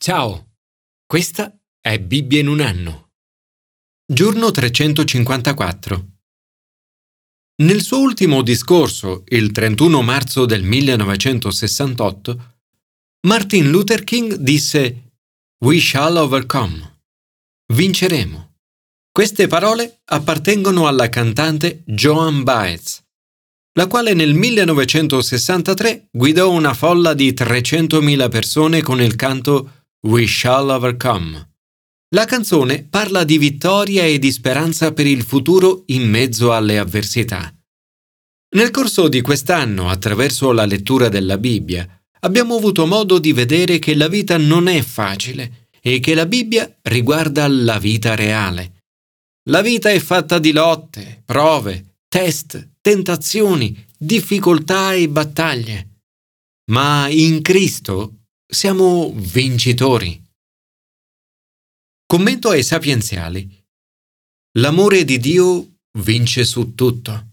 Ciao, questa è Bibbia in un anno. Giorno 354. Nel suo ultimo discorso, il 31 marzo del 1968, Martin Luther King disse «We shall overcome». Vinceremo. Queste parole appartengono alla cantante Joan Baez, la quale nel 1963 guidò una folla di 300.000 persone con il canto We shall overcome. La canzone parla di vittoria e di speranza per il futuro in mezzo alle avversità. Nel corso di quest'anno, attraverso la lettura della Bibbia, abbiamo avuto modo di vedere che la vita non è facile e che la Bibbia riguarda la vita reale. La vita è fatta di lotte, prove, test, tentazioni, difficoltà e battaglie. Ma in Cristo siamo vincitori. Commento ai sapienziali. L'amore di Dio vince su tutto.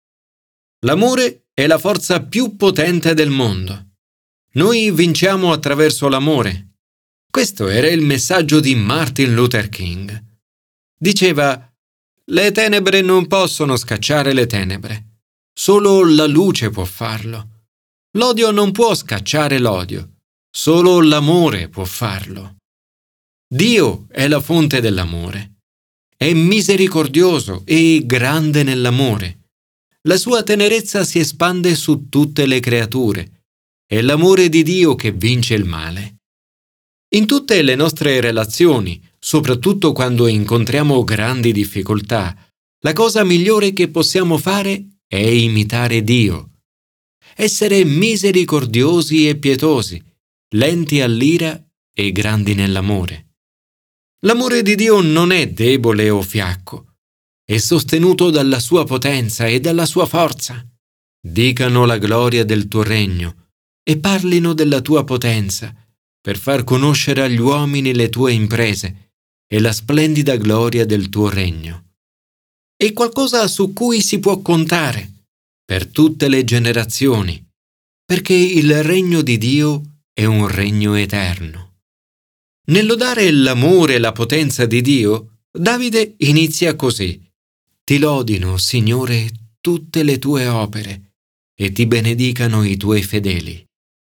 L'amore è la forza più potente del mondo. Noi vinciamo attraverso l'amore. Questo era il messaggio di Martin Luther King. Diceva: le tenebre non possono scacciare le tenebre. Solo la luce può farlo. L'odio non può scacciare l'odio. Solo l'amore può farlo. Dio è la fonte dell'amore. È misericordioso e grande nell'amore. La sua tenerezza si espande su tutte le creature. È l'amore di Dio che vince il male. In tutte le nostre relazioni, soprattutto quando incontriamo grandi difficoltà, la cosa migliore che possiamo fare è imitare Dio. Essere misericordiosi e pietosi, lenti all'ira e grandi nell'amore. L'amore di Dio non è debole o fiacco, è sostenuto dalla sua potenza e dalla sua forza. Dicano la gloria del tuo regno e parlino della tua potenza, per far conoscere agli uomini le tue imprese e la splendida gloria del tuo regno. È qualcosa su cui si può contare per tutte le generazioni, perché il regno di Dio è un regno eterno. Nel lodare l'amore e la potenza di Dio, Davide inizia così: ti lodino, Signore, tutte le tue opere e ti benedicano i tuoi fedeli.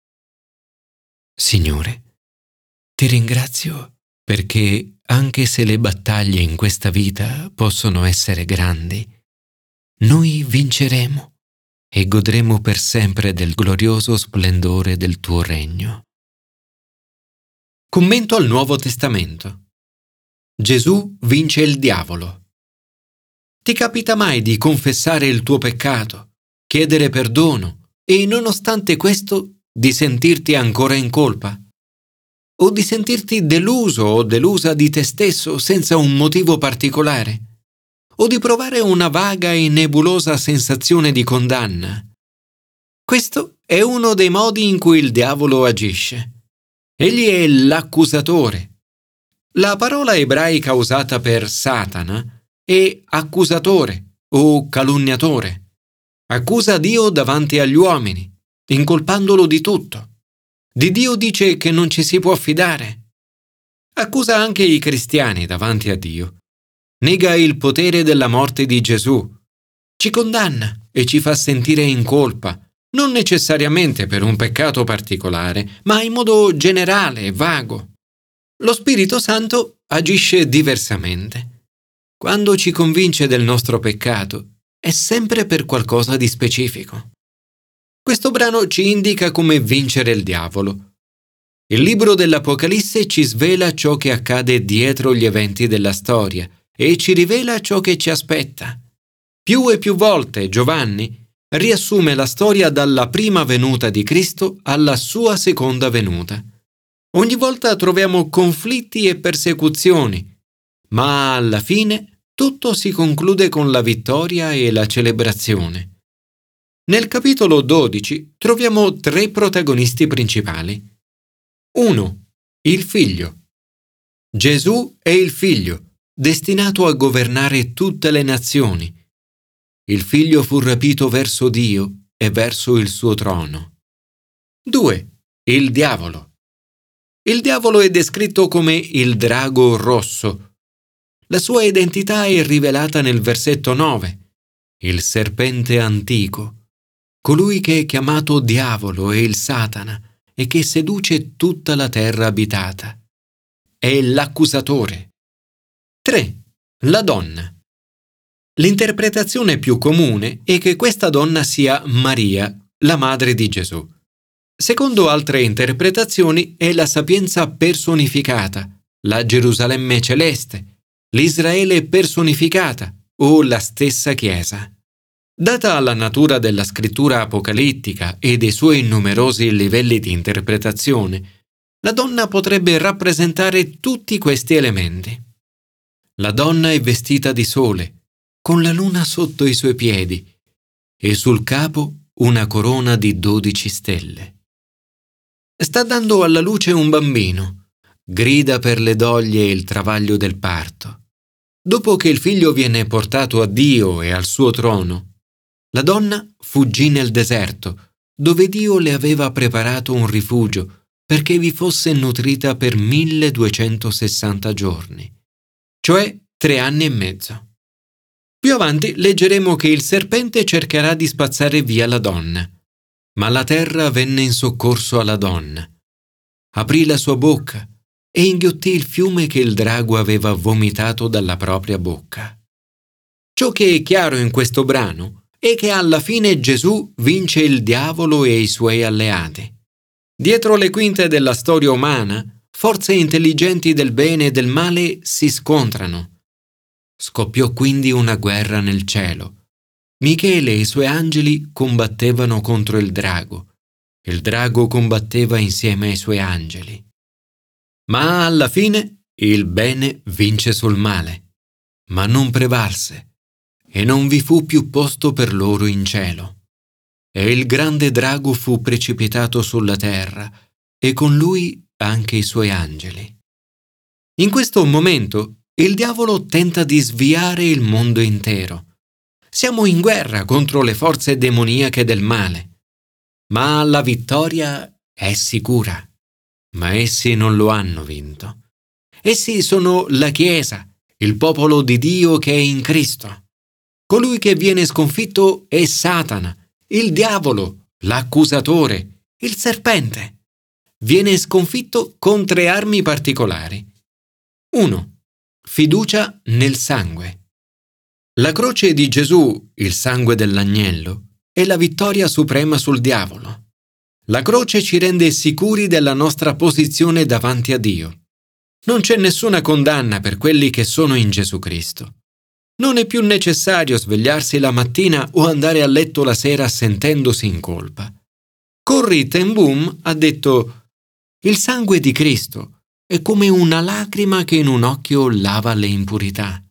Signore, ti ringrazio perché anche se le battaglie in questa vita possono essere grandi, noi vinceremo e godremo per sempre del glorioso splendore del tuo regno. Commento al Nuovo Testamento. Gesù vince il diavolo. Ti capita mai di confessare il tuo peccato, chiedere perdono e, nonostante questo, di sentirti ancora in colpa? O di sentirti deluso o delusa di te stesso senza un motivo particolare? O di provare una vaga e nebulosa sensazione di condanna? Questo è uno dei modi in cui il diavolo agisce. Egli è l'accusatore. La parola ebraica usata per Satana è accusatore o calunniatore. Accusa Dio davanti agli uomini, incolpandolo di tutto. Di Dio dice che non ci si può fidare. Accusa anche i cristiani davanti a Dio. Nega il potere della morte di Gesù. Ci condanna e ci fa sentire in colpa, non necessariamente per un peccato particolare, ma in modo generale e vago. Lo Spirito Santo agisce diversamente. Quando ci convince del nostro peccato, è sempre per qualcosa di specifico. Questo brano ci indica come vincere il diavolo. Il libro dell'Apocalisse ci svela ciò che accade dietro gli eventi della storia e ci rivela ciò che ci aspetta. Più e più volte Giovanni riassume la storia dalla prima venuta di Cristo alla sua seconda venuta. Ogni volta troviamo conflitti e persecuzioni, ma alla fine tutto si conclude con la vittoria e la celebrazione. Nel capitolo 12 troviamo 3 protagonisti principali. 1. Il Figlio. Gesù è il Figlio, destinato a governare tutte le nazioni. Il Figlio fu rapito verso Dio e verso il suo trono. 2. Il Diavolo. Il diavolo è descritto come il drago rosso. La sua identità è rivelata nel versetto 9, il serpente antico, colui che è chiamato diavolo e il Satana e che seduce tutta la terra abitata. È l'accusatore. 3. La donna. L'interpretazione più comune è che questa donna sia Maria, la madre di Gesù. Secondo altre interpretazioni è la sapienza personificata, la Gerusalemme celeste, l'Israele personificata o la stessa Chiesa. Data la natura della scrittura apocalittica e dei suoi numerosi livelli di interpretazione, la donna potrebbe rappresentare tutti questi elementi. La donna è vestita di sole, con la luna sotto i suoi piedi, e sul capo una corona di 12 stelle. Sta dando alla luce un bambino, grida per le doglie e il travaglio del parto. Dopo che il figlio viene portato a Dio e al suo trono, la donna fuggì nel deserto, dove Dio le aveva preparato un rifugio perché vi fosse nutrita per 1260 giorni, cioè 3 anni e mezzo. Più avanti leggeremo che il serpente cercherà di spazzare via la donna, ma la terra venne in soccorso alla donna. Aprì la sua bocca e inghiottì il fiume che il drago aveva vomitato dalla propria bocca. Ciò che è chiaro in questo brano è che alla fine Gesù vince il diavolo e i suoi alleati. Dietro le quinte della storia umana, forze intelligenti del bene e del male si scontrano. Scoppiò quindi una guerra nel cielo. Michele e i suoi angeli combattevano contro il drago. Il drago combatteva insieme ai suoi angeli. Ma alla fine il bene vince sul male, ma non prevalse, e non vi fu più posto per loro in cielo. E il grande drago fu precipitato sulla terra, e con lui anche i suoi angeli. In questo momento il diavolo tenta di sviare il mondo intero. Siamo in guerra contro le forze demoniache del male, ma la vittoria è sicura. Ma essi non lo hanno vinto. Essi sono la Chiesa, il popolo di Dio che è in Cristo. Colui che viene sconfitto è Satana, il diavolo, l'accusatore, il serpente. Viene sconfitto con 3 armi particolari. 1. Fiducia nel sangue. La croce di Gesù, il sangue dell'agnello, è la vittoria suprema sul diavolo. La croce ci rende sicuri della nostra posizione davanti a Dio. Non c'è nessuna condanna per quelli che sono in Gesù Cristo. Non è più necessario svegliarsi la mattina o andare a letto la sera sentendosi in colpa. Corrie ten Boom ha detto: «Il sangue di Cristo è come una lacrima che in un occhio lava le impurità».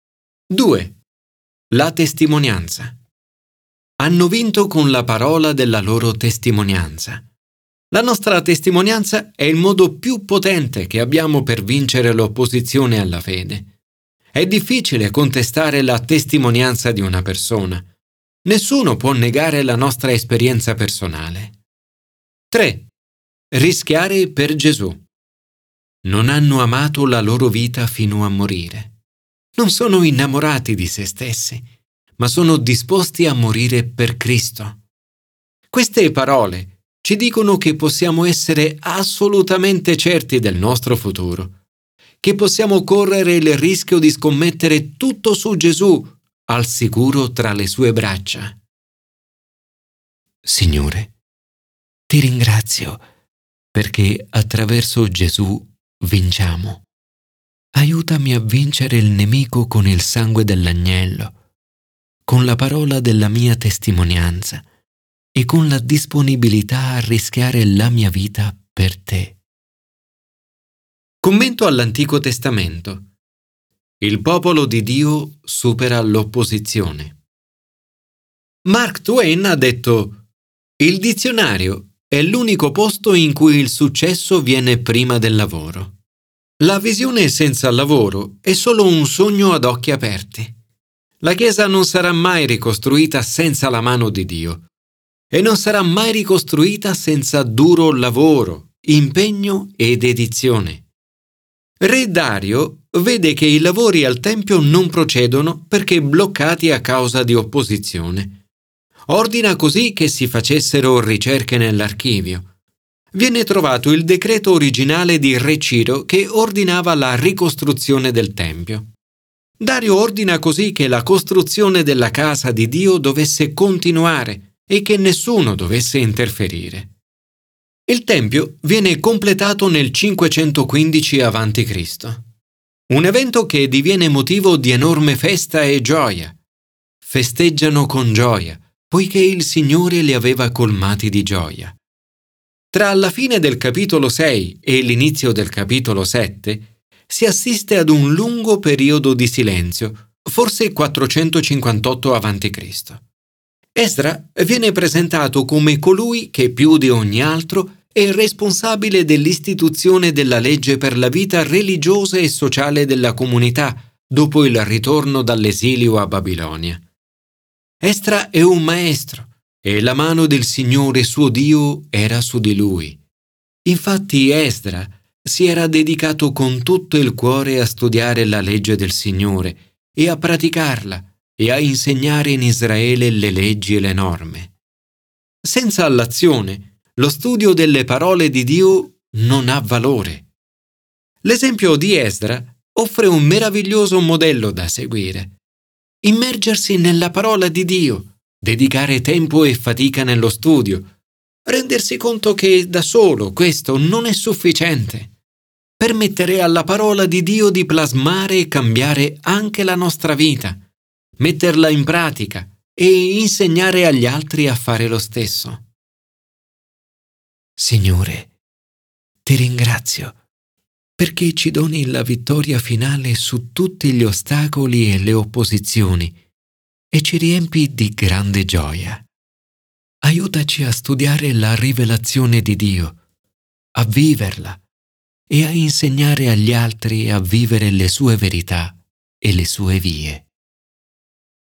2. La testimonianza. Hanno vinto con la parola della loro testimonianza. La nostra testimonianza è il modo più potente che abbiamo per vincere l'opposizione alla fede. È difficile contestare la testimonianza di una persona. Nessuno può negare la nostra esperienza personale. 3. Rischiare per Gesù. Non hanno amato la loro vita fino a morire. Non sono innamorati di se stessi, ma sono disposti a morire per Cristo. Queste parole ci dicono che possiamo essere assolutamente certi del nostro futuro, che possiamo correre il rischio di scommettere tutto su Gesù, al sicuro tra le sue braccia. Signore, ti ringrazio perché attraverso Gesù vinciamo. Aiutami a vincere il nemico con il sangue dell'agnello, con la parola della mia testimonianza e con la disponibilità a rischiare la mia vita per te. Commento all'Antico Testamento. Il popolo di Dio supera l'opposizione. Mark Twain ha detto: «Il dizionario è l'unico posto in cui il successo viene prima del lavoro. La visione senza lavoro è solo un sogno ad occhi aperti. La Chiesa non sarà mai ricostruita senza la mano di Dio e non sarà mai ricostruita senza duro lavoro, impegno e dedizione. Re Dario vede che i lavori al Tempio non procedono perché bloccati a causa di opposizione. Ordina così che si facessero ricerche nell'archivio. Viene trovato il decreto originale di Re Ciro che ordinava la ricostruzione del Tempio. Dario ordina così che la costruzione della casa di Dio dovesse continuare e che nessuno dovesse interferire. Il Tempio viene completato nel 515 a.C., un evento che diviene motivo di enorme festa e gioia. Festeggiano con gioia, poiché il Signore li aveva colmati di gioia. Tra la fine del capitolo 6 e l'inizio del capitolo 7 si assiste ad un lungo periodo di silenzio, forse 458 a.C. Esdra viene presentato come colui che più di ogni altro è responsabile dell'istituzione della legge per la vita religiosa e sociale della comunità dopo il ritorno dall'esilio a Babilonia. Esdra è un maestro e la mano del Signore suo Dio era su di lui. Infatti Esdra si era dedicato con tutto il cuore a studiare la legge del Signore e a praticarla e a insegnare in Israele le leggi e le norme. Senza l'azione, lo studio delle parole di Dio non ha valore. L'esempio di Esdra offre un meraviglioso modello da seguire. Immergersi nella parola di Dio, dedicare tempo e fatica nello studio, rendersi conto che da solo questo non è sufficiente. Permettere alla parola di Dio di plasmare e cambiare anche la nostra vita, metterla in pratica e insegnare agli altri a fare lo stesso. Signore, ti ringrazio perché ci doni la vittoria finale su tutti gli ostacoli e le opposizioni e ci riempi di grande gioia. Aiutaci a studiare la rivelazione di Dio, a viverla e a insegnare agli altri a vivere le sue verità e le sue vie.